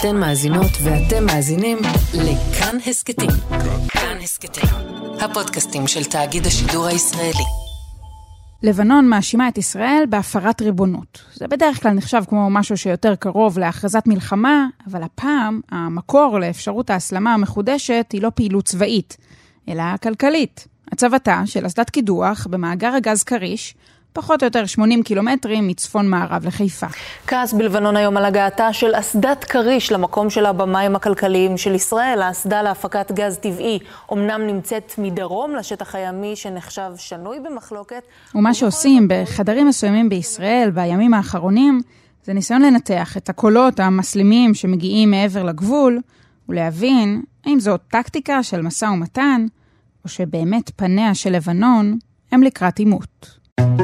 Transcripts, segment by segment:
אתן מאזינות ואתם מאזינים לכאן הסקטים. כאן הסקטים, הפודקאסטים של תאגיד השידור הישראלי. לבנון מאשימה את ישראל בהפרת ריבונות. זה בדרך כלל נחשב כמו משהו שיותר קרוב להכרזת מלחמה, אבל הפעם המקור לאפשרות ההסלמה המחודשת היא לא פעילות צבאית, אלא כלכלית. הצבתה של אסדת קידוח במאגר הגז קריש, פחות או יותר 80 קילומטרים מצפון מערב לחיפה. כעס בלבנון היום על הגעתה של אסדת קריש למקום שלה במים הכלכליים של ישראל. האסדה להפקת גז טבעי אומנם נמצאת מדרום לשטח הימי שנחשב שנוי במחלוקת. ומה שעושים בחדרים מסוימים בישראל בימים האחרונים, זה ניסיון לנתח את הקולות המסלימים שמגיעים מעבר לגבול, ולהבין האם זו טקטיקה של משא ומתן, או שבאמת פניה של לבנון הם לקראת עימות.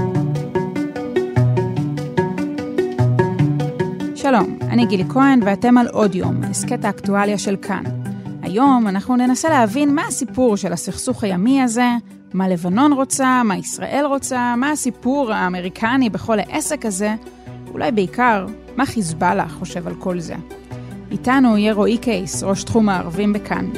שלום, אני גילי כהן ואתם על עוד יום, הסקט האקטואליה של כאן. היום אנחנו ננסה להבין מה הסיפור של הסכסוך הימי הזה, מה לבנון רוצה, מה ישראל רוצה, מה הסיפור האמריקני בכל העסק הזה, אולי בעיקר מה חיזבאללה חושב על כל זה. איתנו יהיה רועי קייס, ראש תחום הערבים בכאן.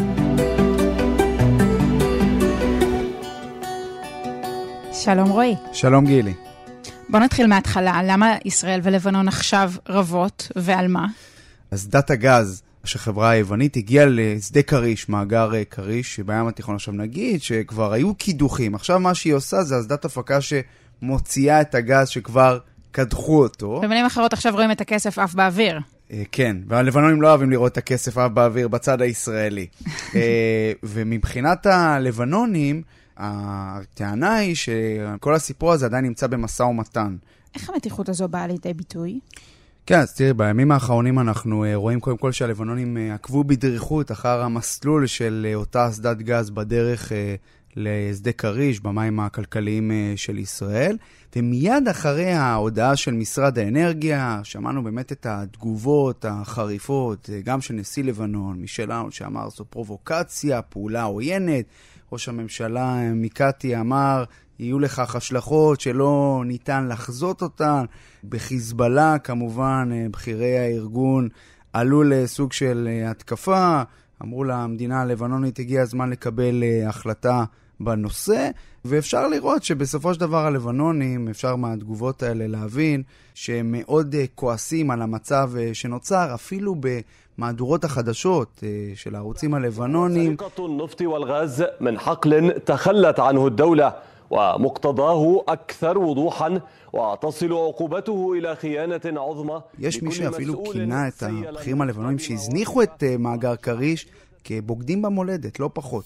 שלום רועי. שלום גילי. בוא נתחיל מההתחלה, למה ישראל ולבנון עכשיו רבות ועל מה? אסדת הגז שחברה היוונית הגיעה לשדה קריש, מאגר קריש, שבים התיכון עכשיו נגיד שכבר היו קידוחים. עכשיו מה שהיא עושה זה אסדת הפקה שמוציאה את הגז שכבר קדחו אותו. במילים אחרות עכשיו רואים את הכסף אף באוויר. כן, והלבנונים לא אוהבים לראות את הכסף אף באוויר בצד הישראלי. ומבחינת הלבנונים, הטענה היא שכל הסיפור הזה עדיין נמצא במשא ומתן. איך המתיחות הזו באה לידי ביטוי? כן, אז תראי, בימים האחרונים אנחנו רואים קודם כל שהלבנונים עקבו בדריכות אחר המסלול של אותה אסדת גז בדרך לשדה קריש, במים הכלכליים של ישראל, ומיד אחרי ההודעה של משרד האנרגיה, שמענו באמת את התגובות החריפות, גם של נשיא לבנון, משלנו שאמר זו פרובוקציה, פעולה עוינת, ראש הממשלה מיקטי אמר, יהיו לכך השלכות שלא ניתן לחזות אותן. בחיזבאללה, כמובן, בחירי הארגון עלו לסוג של התקפה. אמרו למדינה הלבנונית, הגיע הזמן לקבל החלטה בנושא. ואפשר לראות שבסופו של דבר הלבנונים, אפשר מהתגובות האלה להבין, שהם מאוד כועסים על המצב שנוצר, אפילו במהדורות החדשות של הערוצים הלבנונים. النفط والغاز من حقل تخلت عنه الدولة ومقتضاه أكثر وضوحا وتصل عقوبته إلى خيانة عظمى. יש מי שאפילו כינה את הבכירים הלבנונים שהזניחו את מאגר קריש כבוגדים במולדת, לא פחות.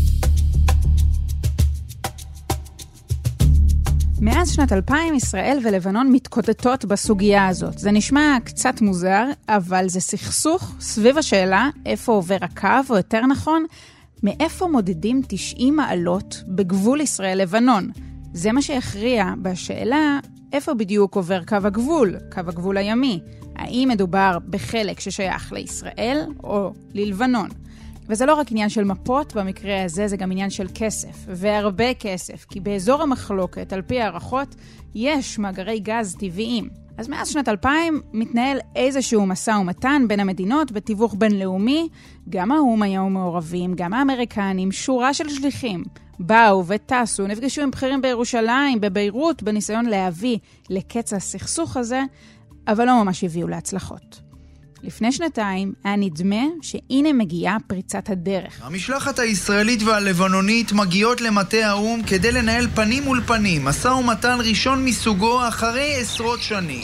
מאז שנת 2000 ישראל ולבנון מתקוטטות בסוגיה הזאת. זה נשמע קצת מוזר, אבל זה סכסוך סביב השאלה איפה עובר הקו, או יותר נכון, מאיפה מודדים 90 מעלות בגבול ישראל-לבנון. זה מה שהכריע בשאלה איפה בדיוק עובר קו הגבול, קו הגבול הימי. האם מדובר בחלק ששייך לישראל או ללבנון. וזה לא רק עניין של מפות, במקרה הזה זה גם עניין של כסף, והרבה כסף, כי באזור המחלוקת, על פי הערכות, יש מאגרי גז טבעיים. אז מאז שנת 2000 מתנהל איזשהו משא ומתן בין המדינות בתיווך בינלאומי, גם האו"ם היו מעורבים, גם האמריקנים, שורה של שליחים. באו וטסו, נפגשו עם בכירים בירושלים, בביירות, בניסיון להביא לקץ הסכסוך הזה, אבל לא ממש הביאו להצלחות. לפני שנתיים היה נדמה שהנה מגיעה פריצת הדרך. המשלחת הישראלית והלבנונית מגיעות למטה האו"ם כדי לנהל פנים מול פנים, משא ומתן ראשון מסוגו אחרי עשרות שנים.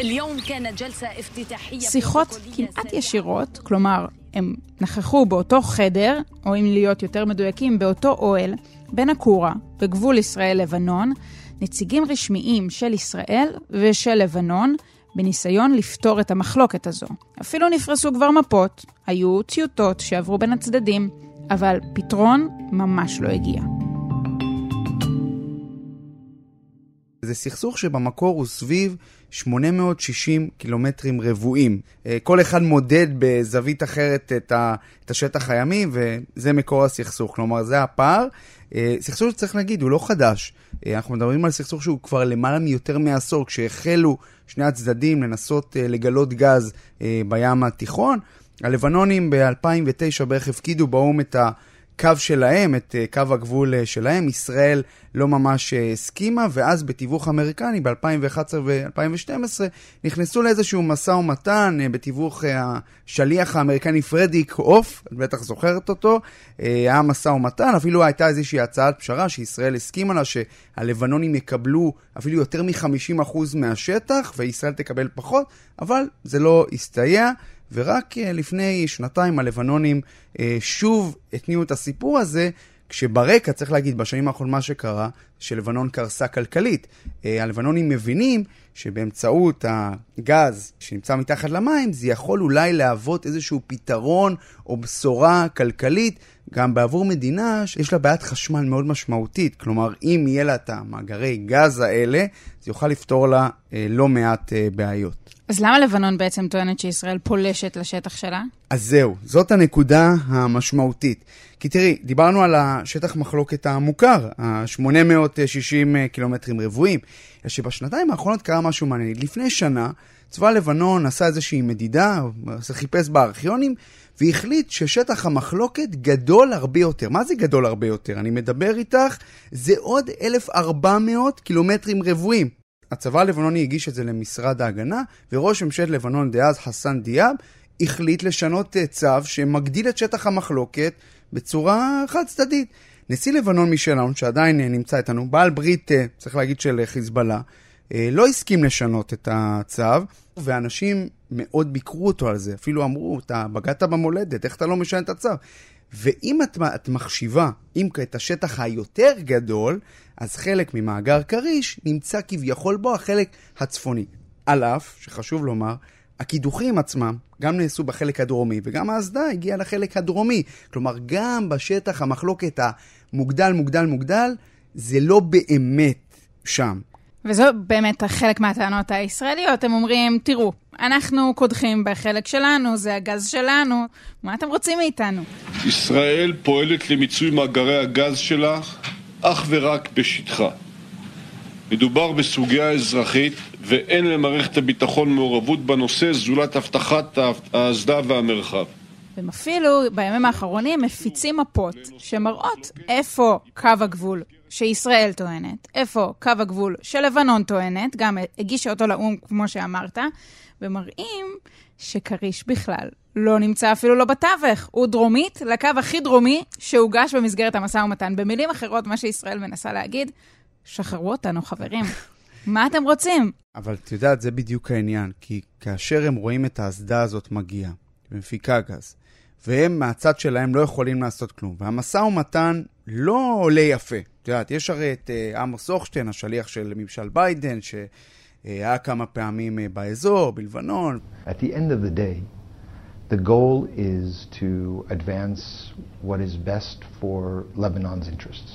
שיחות כמעט ישירות, כלומר הם נכחו באותו חדר, או אם להיות יותר מדויקים באותו אוהל, בין הקורה, בגבול ישראל-לבנון, נציגים רשמיים של ישראל ושל לבנון, בניסיון לפתור את המחלוקת הזו. אפילו נפרסו כבר מפות, היו טיוטות שעברו בין הצדדים, אבל פתרון ממש לא הגיע. זה סכסוך שבמקור הוא סביב 860 קילומטרים רבועים. כל אחד מודד בזווית אחרת את השטח הימי, וזה מקור הסכסוך. כלומר, זה הפער. סכסוך שצריך להגיד, הוא לא חדש. אנחנו מדברים על סכסוך שהוא כבר למעלה מיותר מעשור, כשהחלו שני הצדדים לנסות לגלות גז בים התיכון. הלבנונים ב-2009 בערך הפקידו באום את הקו שלהם, את קו הגבול שלהם. ישראל לא ממש הסכימה, ואז בתיווך אמריקני ב-2011 ו-2012 נכנסו לאיזשהו מסע ומתן בתיווך השליח האמריקני פרדיק אוף, את בטח זוכרת אותו. היה מסע ומתן, אפילו הייתה איזושהי הצעת פשרה שישראל הסכימה לה, שהלבנונים יקבלו אפילו יותר מ-50% מהשטח וישראל תקבל פחות, אבל זה לא הסתייע. ורק לפני שנתיים הלבנונים שוב התניעו את הסיפור הזה, כשברקע, צריך להגיד, בשנים האחרונות מה שקרה, שלבנון קרסה כלכלית. הלבנונים מבינים שבאמצעות הגז שנמצא מתחת למים, זה יכול אולי להוות איזשהו פתרון או בשורה כלכלית, גם בעבור מדינה שיש לה בעיית חשמל מאוד משמעותית. כלומר, אם יהיה לה את המאגרי גז האלה, זה יוכל לפתור לה לא מעט בעיות. אז למה לבנון בעצם טוענת שישראל פולשת לשטח שלה? אז זהו, זאת הנקודה המשמעותית. כי תראי, דיברנו על השטח מחלוקת המוכר, ה-860 קילומטרים רבועים, שבשנתיים האחרונות קרה משהו מעניין. לפני שנה, צבא לבנון עשה איזושהי מדידה, חיפש בארכיונים, והחליט ששטח המחלוקת גדול הרבה יותר. מה זה גדול הרבה יותר? אני מדבר איתך, זה עוד 1,400 קילומטרים רבועים. הצבא הלבנוני הגיש את זה למשרד ההגנה, וראש ממשלת לבנון דאז חסן דיאב החליט לשנות צו שמגדיל את שטח המחלוקת בצורה חד צדדית. נשיא לבנון מישל אאון, שעדיין נמצא איתנו, בעל ברית, צריך להגיד, של חיזבאללה, לא הסכים לשנות את הצו, ואנשים מאוד ביקרו אותו על זה. אפילו אמרו, אתה בגעת במולדת, איך אתה לא משנה את הצו? ואם את מחשיבה, אם את השטח היותר גדול, אז חלק ממאגר קריש נמצא כביכול בו החלק הצפוני. על אף, שחשוב לומר, הקידוחים עצמם גם נעשו בחלק הדרומי, וגם האסדה הגיעה לחלק הדרומי. כלומר, גם בשטח המחלוקת המוגדל, זה לא באמת שם. וזו באמת חלק מהטענות הישראליות. הם אומרים, תראו, אנחנו קודחים בחלק שלנו, זה הגז שלנו, מה אתם רוצים מאיתנו? ישראל פועלת למיצוי מאגרי הגז שלה אך ורק בשטחה. מדובר בסוגיה אזרחית, ואין למערכת הביטחון מעורבות בנושא זולת הבטחת האסדה והמרחב. והם אפילו בימים האחרונים מפיצים מפות שמראות איפה קו הגבול שישראל טוענת, איפה קו הגבול שלבנון טוענת, גם הגישה אותו לאום כמו שאמרת, ומראים שקריש בכלל לא נמצא אפילו לא בתווך, הוא דרומית לקו הכי דרומי שהוגש במסגרת המשא ומתן. במילים אחרות, מה שישראל מנסה להגיד, שחררו אותנו חברים. מה אתם רוצים? אבל את יודעת, זה בדיוק העניין, כי כאשר הם רואים את האסדה הזאת מגיעה, ומפיקה גז, והם מהצד שלהם לא יכולים לעשות כלום, והמשא ומתן לא עולה יפה. את יודעת, יש הרי את עמוס הוכשטיין, השליח של ממשל ביידן, שהיה כמה פעמים באזור, בלבנון. At the end of the day, the goal is to advance what is best for Lebanon's interests.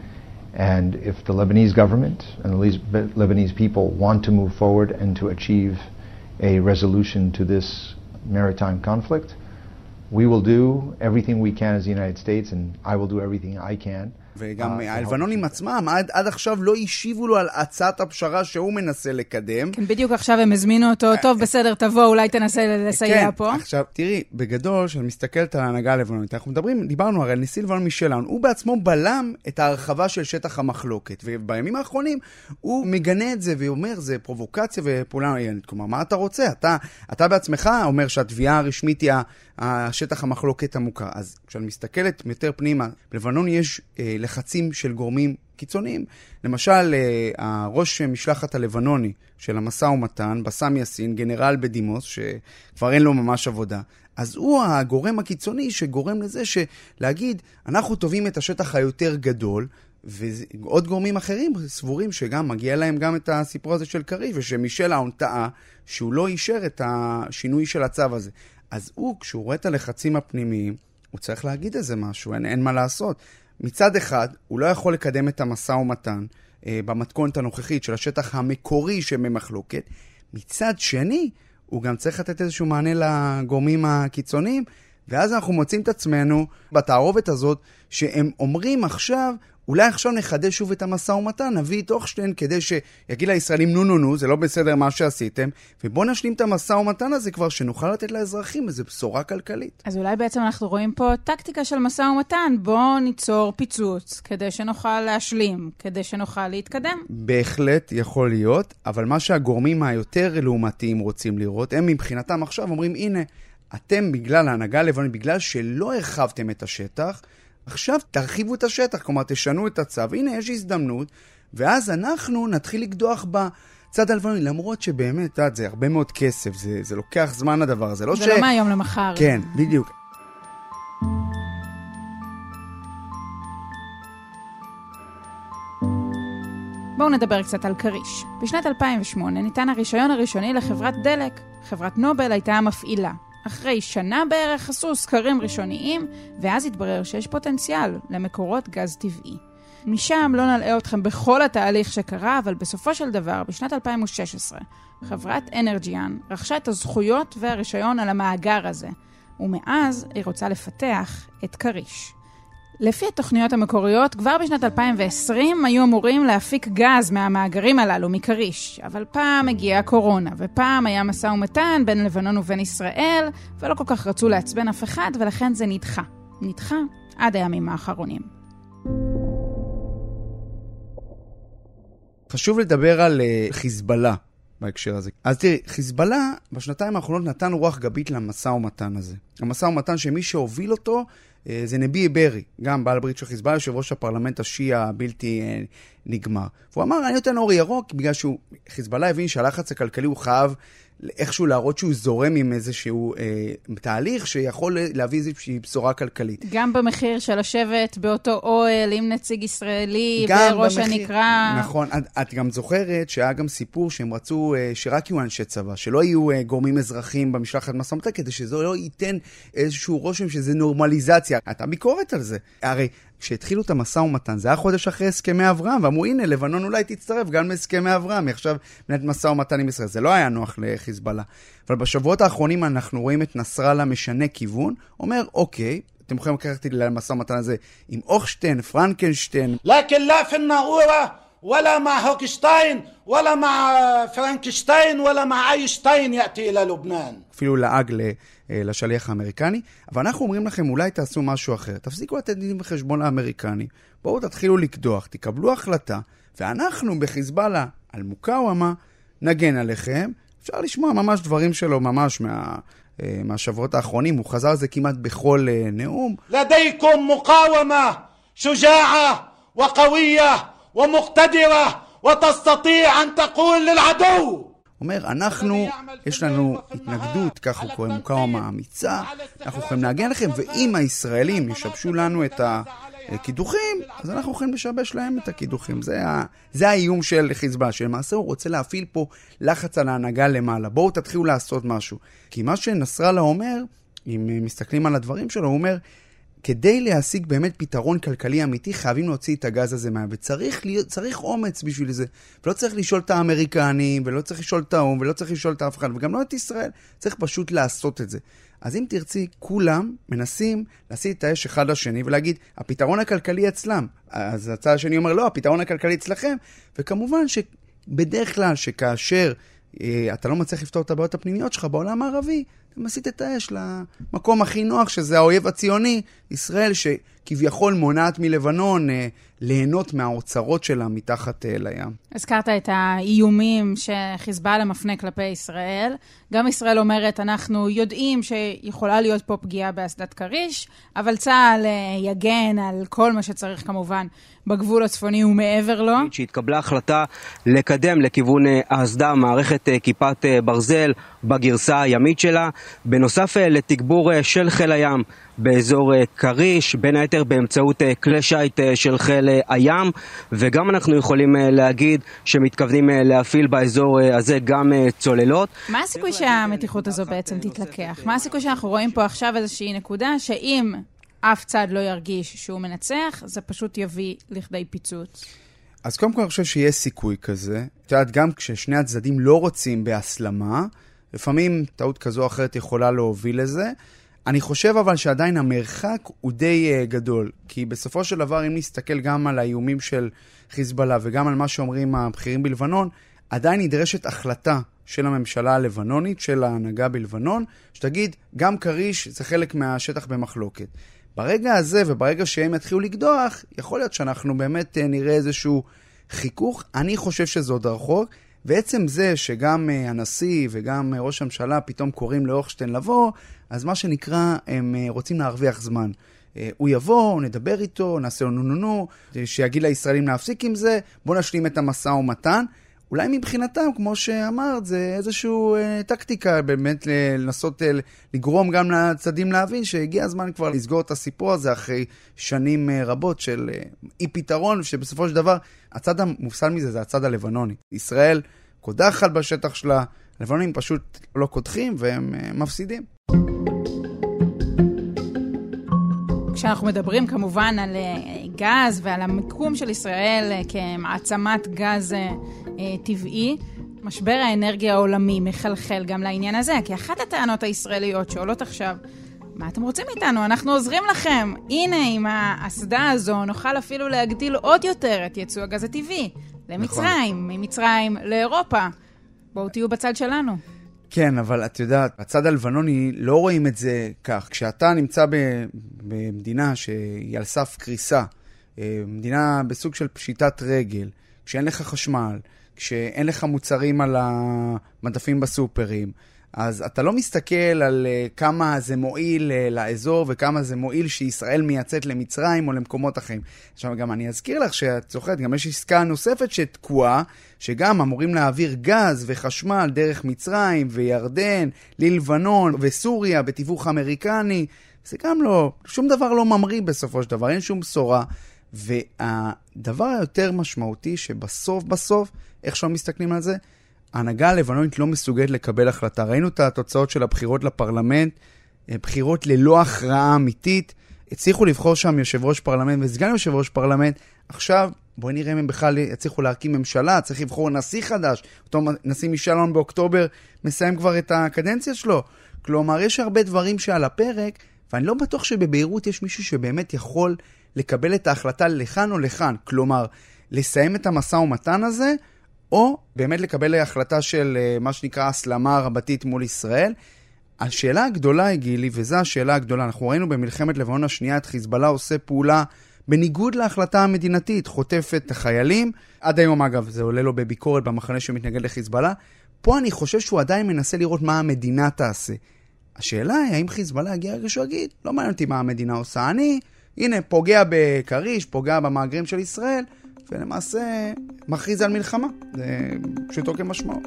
And if the Lebanese government and the Lebanese people want to move forward and to achieve a resolution to this maritime conflict, we will do everything we can as the United States, and I will do everything I can. וגם הלבנונים עצמם עד עכשיו לא השיבו לו על הצעת הפשרה שהוא מנסה לקדם. כן, בדיוק עכשיו הם הזמינו אותו, טוב בסדר תבוא, אולי תנסה לסייע פה. עכשיו תראי, בגדול שאני מסתכלת על ההנהגה הלבנונית, אנחנו דיברנו הרי על נשיא לבנון מישל אאון, הוא בעצמו בלם את ההרחבה של שטח המחלוקת, ובימים האחרונים הוא מגנה את זה ואומר, זה פרובוקציה ופעולה עוינת. כלומר, מה אתה רוצה? אתה בעצמך אומר שהתביעה הרשמית היא השטח המחלוקת המוכר. אז כשאני מסתכלת יותר פנימה, בלבנון יש לחצים של גורמים קיצוניים. למשל, הראש משלחת הלבנוני של המשא ומתן, בסם יאסין, גנרל בדימוס, שכבר אין לו ממש עבודה. אז הוא הגורם הקיצוני שגורם לזה להגיד, אנחנו טובים את השטח היותר גדול, ועוד גורמים אחרים סבורים שגם מגיע להם גם את הסיפור הזה של קריש, ושמישל אאון טעה שהוא לא אישר את השינוי של הצו הזה. אז הוא, כשהוא רואה את הלחצים הפנימיים, הוא צריך להגיד איזה משהו, אין מה לעשות. מצד אחד, הוא לא יכול לקדם את המשא ומתן, במתכונת הנוכחית של השטח המקורי שבמחלוקת. מצד שני, הוא גם צריך לתת איזשהו מענה לגורמים הקיצוניים, ואז אנחנו מוצאים את עצמנו בתערובת הזאת, שהם אומרים עכשיו, אולי עכשיו נחדש שוב את המשא ומתן, נביא את אוכשטיין כדי שיגיד לישראלים, נו, זה לא בסדר מה שעשיתם, ובוא נשלים את המשא ומתן הזה כבר, שנוכל לתת לאזרחים איזו בשורה כלכלית. אז אולי בעצם אנחנו רואים פה טקטיקה של משא ומתן, בוא ניצור פיצוץ, כדי שנוכל להשלים, כדי שנוכל להתקדם. בהחלט יכול להיות, אבל מה שהגורמים היותר לעומתיים רוצים לראות, הם מבחינתם עכשיו אומרים, הנה, אתם בגלל ההנהגה הלבנונית, בגלל שלא הרחבתם את השטח, עכשיו תרחיבו את השטח, כלומר תשנו את הצו, הנה יש הזדמנות, ואז אנחנו נתחיל לקדוח בצד הלבנוני, למרות שבאמת, זה הרבה מאוד כסף, זה לוקח זמן הדבר הזה. זה לא מהיום למחר. כן, בדיוק. בואו נדבר קצת על קריש. בשנת 2008 ניתן הרישיון הראשוני לחברת דלק. חברת נובל הייתה המפעילה. אחרי שנה בערך עשו סקרים ראשוניים, ואז התברר שיש פוטנציאל למקורות גז טבעי. משם לא נלאה אתכם בכל התהליך שקרה, אבל בסופו של דבר, בשנת 2016, חברת אנרג'יאן רכשה את הזכויות והרישיון על המאגר הזה, ומאז היא רוצה לפתח את קריש. לפי התוכניות המקוריות, כבר בשנת 2020 היו אמורים להפיק גז מהמאגרים הללו מקריש, אבל פעם הגיעה הקורונה, ופעם היה משא ומתן בין לבנון ובין ישראל, ולא כל כך רצו לעצבן אף אחד, ולכן זה נדחה עד הימים האחרונים. חשוב לדבר על חיזבאללה בהקשר הזה. אז תראי, חיזבאללה בשנתיים האחרונות נתן רוח גבית למשא ומתן הזה. המשא ומתן שמי שהוביל אותו זה נבי ברי, גם בעל ברית של חיזבאללה, יושב ראש הפרלמנט השיעי הבלתי נגמר. והוא אמר, אני נותן אור ירוק, בגלל חיזבאללה הבין שהלחץ הכלכלי הוא חייב איכשהו להראות שהוא זורם עם איזשהו תהליך שיכול להביא איזושהי בשורה כלכלית. גם במחיר של לשבת באותו אוהל עם נציג ישראלי בראש הנקרא. נכון, את גם זוכרת שהיה גם סיפור שהם רצו שרק יהיו אנשי צבא, שלא יהיו גורמים אזרחיים במשלחת משא ומתן, כדי שזה לא ייתן איזשהו רושם שזה נורמליזציה. אתה ביקורת על זה. הרי כשהתחילו את המשא ומתן, זה היה חודש אחרי הסכמי אברהם, ואמרו, הנה, לבנון אולי תצטרף גם להסכמי אברהם, עכשיו מנהלת משא ומתן עם ישראל. זה לא היה נוח לחיזבאללה. אבל בשבועות האחרונים אנחנו רואים את נסראללה משנה כיוון, אומר, אוקיי, אתם יכולים לקחת למשא ומתן הזה עם אוכשטיין, פרנקנשטיין. لكن لا في الناورة ولا مع هوكشتاين ولا מע فرانكشتاين ولا مع أيشتاين يأتي إلى لبنان. אפילו לעג לשליח האמריקני, אבל אנחנו אומרים לכם, אולי תעשו משהו אחר, תפסיקו לתת דין בחשבון האמריקני, בואו תתחילו לקדוח, תקבלו החלטה, ואנחנו בחיזבאללה, על מוקאוומה, נגן עליכם. אפשר לשמוע ממש דברים שלו, ממש מהשבועות האחרונים, הוא חזר על זה כמעט בכל נאום. لديكم مقاومة شجاعة وقوية ومقتدرة وتستطيع أن تقول للعدو. אומר, יש לנו התנגדות, כך הוא קורא מוקאוומה אמיצה, אנחנו יכולים להגן לכם, ואם הישראלים ישבשו לנו את הקידוחים, אז אנחנו יכולים לשבש להם את הקידוחים. זה האיום של חיזבאללה, שלמעשה הוא רוצה להפעיל פה לחץ על ההנהגה למעלה. בואו תתחילו לעשות משהו. כי מה שנסראללה אומר, אם מסתכלים על הדברים שלו, הוא אומר, כדי להשיג באמת פתרון כלכלי אמיתי, חייבים להוציא את הגז הזה מה, וצריך אומץ בשביל זה, ולא צריך לשאול את האמריקנים, ולא צריך לשאול את האום, ולא צריך לשאול את אף אחד, וגם לא את ישראל, צריך פשוט לעשות את זה. אז אם תרצי, כולם מנסים להסיט את האש אחד לשני, ולהגיד, הפתרון הכלכלי אצלם. אז הצד השני אומר, לא, הפתרון הכלכלי אצלכם, וכמובן שבדרך כלל שכאשר אתה לא מצליח לפתור את הבעיות הפנימיות שלך בעולם הערבי, אתה מסית את האש למקום הכי נוח, שזה האויב הציוני, ישראל, שכביכול מונעת מלבנון ליהנות מהאוצרות שלה מתחת לים. הזכרת את האיומים שחיזבאללה מפנה כלפי ישראל. גם ישראל אומרת, אנחנו יודעים שיכולה להיות פה פגיעה באסדת קריש, אבל צה"ל יגן על כל מה שצריך כמובן בגבול הצפוני ומעבר לו. שהתקבלה החלטה לקדם לכיוון האסדה מערכת כיפת ברזל בגרסה הימית שלה, בנוסף לתגבור של חיל הים באזור קריש, בין היתר באמצעות כלי שיט של חיל הים, וגם אנחנו יכולים להגיד שמתכוונים להפעיל באזור הזה גם צוללות. מה הסיכוי שהמתיחות הזו בעצם תתלקח? מה הסיכוי שאנחנו רואים פה עכשיו איזושהי נקודה שאם אף צד לא ירגיש שהוא מנצח, זה פשוט יביא לכדי פיצוץ? אז קודם כל אני חושב שיש סיכוי כזה. את יודעת, גם כששני הצדדים לא רוצים בהסלמה, לפעמים טעות כזו או אחרת יכולה להוביל לזה. אני חושב אבל שעדיין המרחק הוא די גדול, כי בסופו של דבר אם נסתכל גם על האיומים של חיזבאללה וגם על מה שאומרים הבכירים בלבנון, עדיין נדרשת החלטה של הממשלה הלבנונית, של ההנהגה בלבנון, שתגיד, גם קריש זה חלק מהשטח במחלוקת. ברגע הזה וברגע שהם יתחילו לקדוח, יכול להיות שאנחנו באמת נראה איזשהו חיכוך. אני חושב שזה עוד רחוק, ועצם זה שגם הנשיא וגם ראש הממשלה פתאום קוראים לאוכשטיין לבוא, אז מה שנקרא, הם רוצים להרוויח זמן. הוא יבוא, נדבר איתו, נעשה לו נו, שיגיד לישראלים להפסיק עם זה, בוא נשלים את המשא ומתן. אולי מבחינתם, כמו שאמרת, זה איזשהו טקטיקה באמת לנסות לגרום גם לצדדים להבין שהגיע הזמן כבר לסגור את הסיפור הזה אחרי שנים רבות של אי פתרון, שבסופו של דבר הצד המופסל מזה זה הצד הלבנוני. ישראל קודחת בשטח שלה, הלבנונים פשוט לא קודחים והם מפסידים. כשאנחנו מדברים כמובן על גז ועל המיקום של ישראל כמעצמת גז טבעי, משבר האנרגיה העולמי מחלחל גם לעניין הזה, כי אחת הטענות הישראליות שעולות עכשיו, מה אתם רוצים איתנו? אנחנו עוזרים לכם. הנה, עם האסדה הזו נוכל אפילו להגדיל עוד יותר את ייצוא הגז הטבעי למצרים, ממצרים לאירופה. בואו תהיו בצד שלנו. כן, אבל את יודעת, בצד הלבנוני לא רואים את זה כך. כשאתה נמצא במדינה שהיא על סף קריסה, מדינה בסוג של פשיטת רגל, כשאין לך חשמל, כשאין לך מוצרים על המדפים בסופרים, אז אתה לא מסתכל על כמה זה מועיל לאזור וכמה זה מועיל שישראל מייצאת למצרים או למקומות אחרים. עכשיו גם אני אזכיר לך שאת זוכרת, גם יש עסקה נוספת שתקועה, שגם אמורים להעביר גז וחשמל דרך מצרים וירדן, ללבנון וסוריה בתיווך אמריקני. זה גם לא, שום דבר לא ממריא בסופו של דבר, אין שום בשורה. והדבר היותר משמעותי שבסוף, איך שלא מסתכלים על זה, ההנהגה הלבנונית לא מסוגלת לקבל החלטה. ראינו את התוצאות של הבחירות לפרלמנט, בחירות ללא הכרעה אמיתית, הצליחו לבחור שם יושב ראש פרלמנט וסגן יושב ראש פרלמנט. עכשיו בואי נראה אם הם בכלל יצליחו להקים ממשלה, צריך לבחור נשיא חדש, אותו נשיא משלון באוקטובר מסיים כבר את הקדנציה שלו. כלומר, יש הרבה דברים שעל הפרק, ואני לא בטוח שבביירות יש מישהו שבאמת יכול לקבל את ההחלטה לכאן או לכאן. כלומר, לסיים את המשא ומתן הזה, או באמת לקבל ההחלטה של מה שנקרא הסלמה רבתית מול ישראל. השאלה הגדולה הגיעה לי, וזו השאלה הגדולה. אנחנו ראינו במלחמת לבנון השנייה את חיזבאללה עושה פעולה בניגוד להחלטה המדינתית, חוטף את החיילים. עד היום אגב זה עולה לו בביקורת במחנה שמתנגד לחיזבאללה. פה אני חושב שהוא עדיין מנסה לראות מה המדינה תעשה. השאלה היא האם חיזבאללה יגיע רגע שהוא יגיד, לא מעניין אותי מה המדינה עושה. אני, הנה, פוגע בקריש, פוגע במאגרים של ישראל, ולמעשה מכריז על מלחמה. זה פשוטו כמשמעות.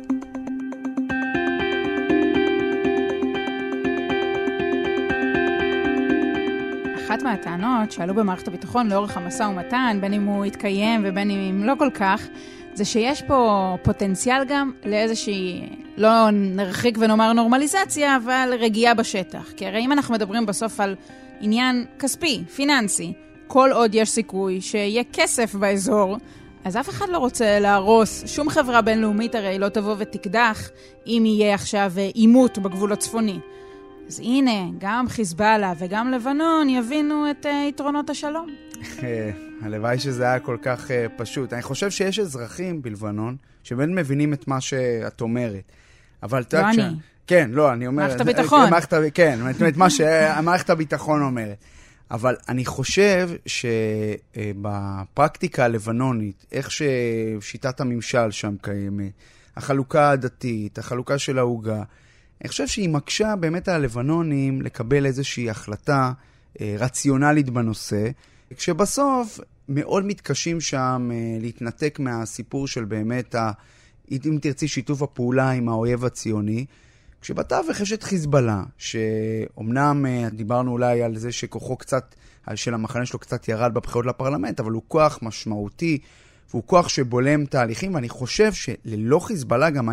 אחת מהטענות שעלו במערכת הביטחון לאורך המשא ומתן, בין אם הוא יתקיים ובין אם לא כל כך, זה שיש פה פוטנציאל גם לאיזושהי, לא נרחיק ונאמר נורמליזציה, אבל רגיעה בשטח. כי הרי אם אנחנו מדברים בסוף על עניין כספי, פיננסי, כל עוד יש סיכוי שיהיה כסף באזור, אז אף אחד לא רוצה להרוס. שום חברה בינלאומית הרי לא תבוא ותקדח אם יהיה עכשיו עימות בגבול הצפוני. אז הנה, גם חיזבאללה וגם לבנון יבינו את יתרונות השלום. הלוואי שזה היה כל כך פשוט. אני חושב שיש אזרחים בלבנון שבאמת מבינים את מה שאת אומרת. אבל לא אני. כן, לא, אני אומר... מערכת הביטחון. כן, את מה שמערכת הביטחון אומרת. אבל אני חושב שבפרקטיקה הלבנונית, איך ששיטת הממשל שם קיימת, החלוקה הדתית, החלוקה של ההוגה, אני חושב שהיא מקשה באמת על הלבנונים לקבל איזושהי החלטה רציונלית בנושא, כשבסוף מאוד מתקשים שם להתנתק מהסיפור של באמת, אם תרצי, שיתוף הפעולה עם האויב הציוני, כשבתווך יש את חיזבאללה, שאומנם דיברנו אולי על זה שכוחו קצת, של המחנה שלו קצת ירד בבחירות לפרלמנט, אבל הוא כוח משמעותי, והוא כוח שבולם תהליכים, ואני חושב שללא חיזבאללה גם היה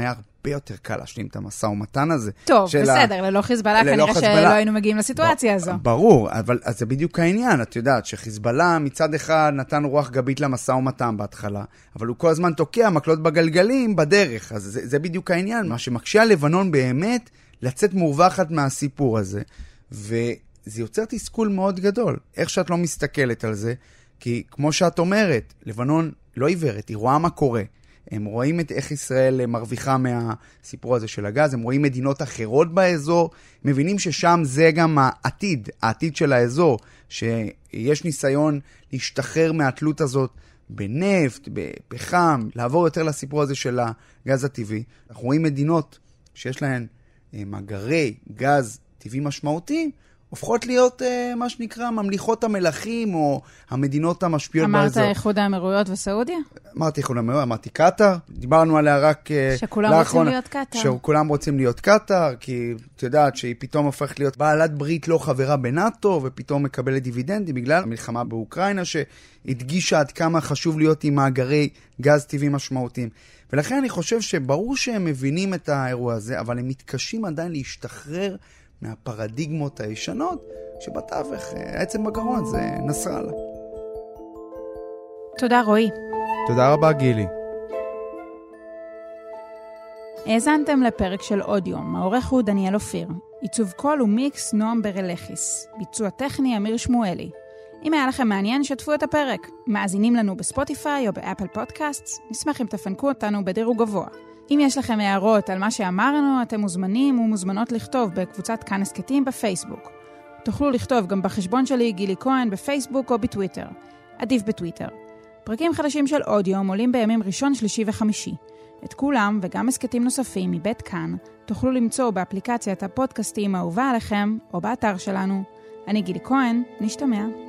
הרבה יותר קל להשלים את המשא ומתן הזה. טוב, בסדר, ללא חיזבאללה כנראה שלא היינו מגיעים לסיטואציה הזו. ברור, אבל זה בדיוק העניין, את יודעת, שחיזבאללה מצד אחד נתן רוח גבית למשא ומתן בהתחלה, אבל הוא כל הזמן תוקע מקלות בגלגלים בדרך, אז זה בדיוק העניין, מה שמקשה על לבנון באמת לצאת מורווחת מהסיפור הזה, וזה יוצר תסכול מאוד גדול. איך שאת לא מסתכלת על זה, כי כמו שאת אומרת, לבנון לא עיוורת, היא רואה מה קורה. הם רואים איך ישראל מרוויחה מהסיפור הזה של הגז, הם רואים מדינות אחרות באזור, מבינים ששם זה גם העתיד של האזור, שיש ניסיון להשתחרר מהתלות הזאת בנפט, בפחם, לעבור יותר לסיפור הזה של הגז הטבעי. אנחנו רואים מדינות שיש להן מאגרי גז טבעי משמעותיים, הופכות להיות מה שנקרא ממליכות המלכים או המדינות המשפיעות באזור. אמרת איחוד האמירויות וסעודיה? אמרתי איחוד האמירויות, אמרתי קטר, דיברנו עליה רק שכולם רוצים להיות קטר. שכולם רוצים להיות קטר, כי את יודעת שהיא פתאום הופכת להיות בעלת ברית לא חברה בנאטו, ופתאום מקבלת דיבידנדים בגלל המלחמה באוקראינה, שהדגישה עד כמה חשוב להיות עם מאגרי גז טבעי משמעותיים. ולכן אני חושב שברור שהם מבינים את האירוע הזה, אבל הם מתקשים עדיין להשתחרר מהפרדיגמות הישנות, שבתווך העצם בגרון זה נסראללה. תודה רועי. תודה רבה גילי. האזנתם לפרק של עוד יום, העורך הוא דניאל אופיר. עיצוב קול ומיקס נועם ברלכיס. ביצוע טכני אמיר שמואלי. אם היה לכם מעניין, שתפו את הפרק. מאזינים לנו בספוטיפיי או באפל פודקאסט, נשמח אם תפנקו אותנו בדירוג גבוה. אם יש לכם הערות על מה שאמרנו, אתם מוזמנים ומוזמנות לכתוב בקבוצת כאן הסקטים בפייסבוק. תוכלו לכתוב גם בחשבון שלי גילי כהן בפייסבוק או בטוויטר. עדיף בטוויטר. פרקים חדשים של עוד יום עולים בימים ראשון, שלישי וחמישי. את כולם וגם הסקטים נוספים מבית כאן תוכלו למצוא באפליקציית הפודקאסטים האהובה עליכם או באתר שלנו. אני גילי כהן, נשתמע.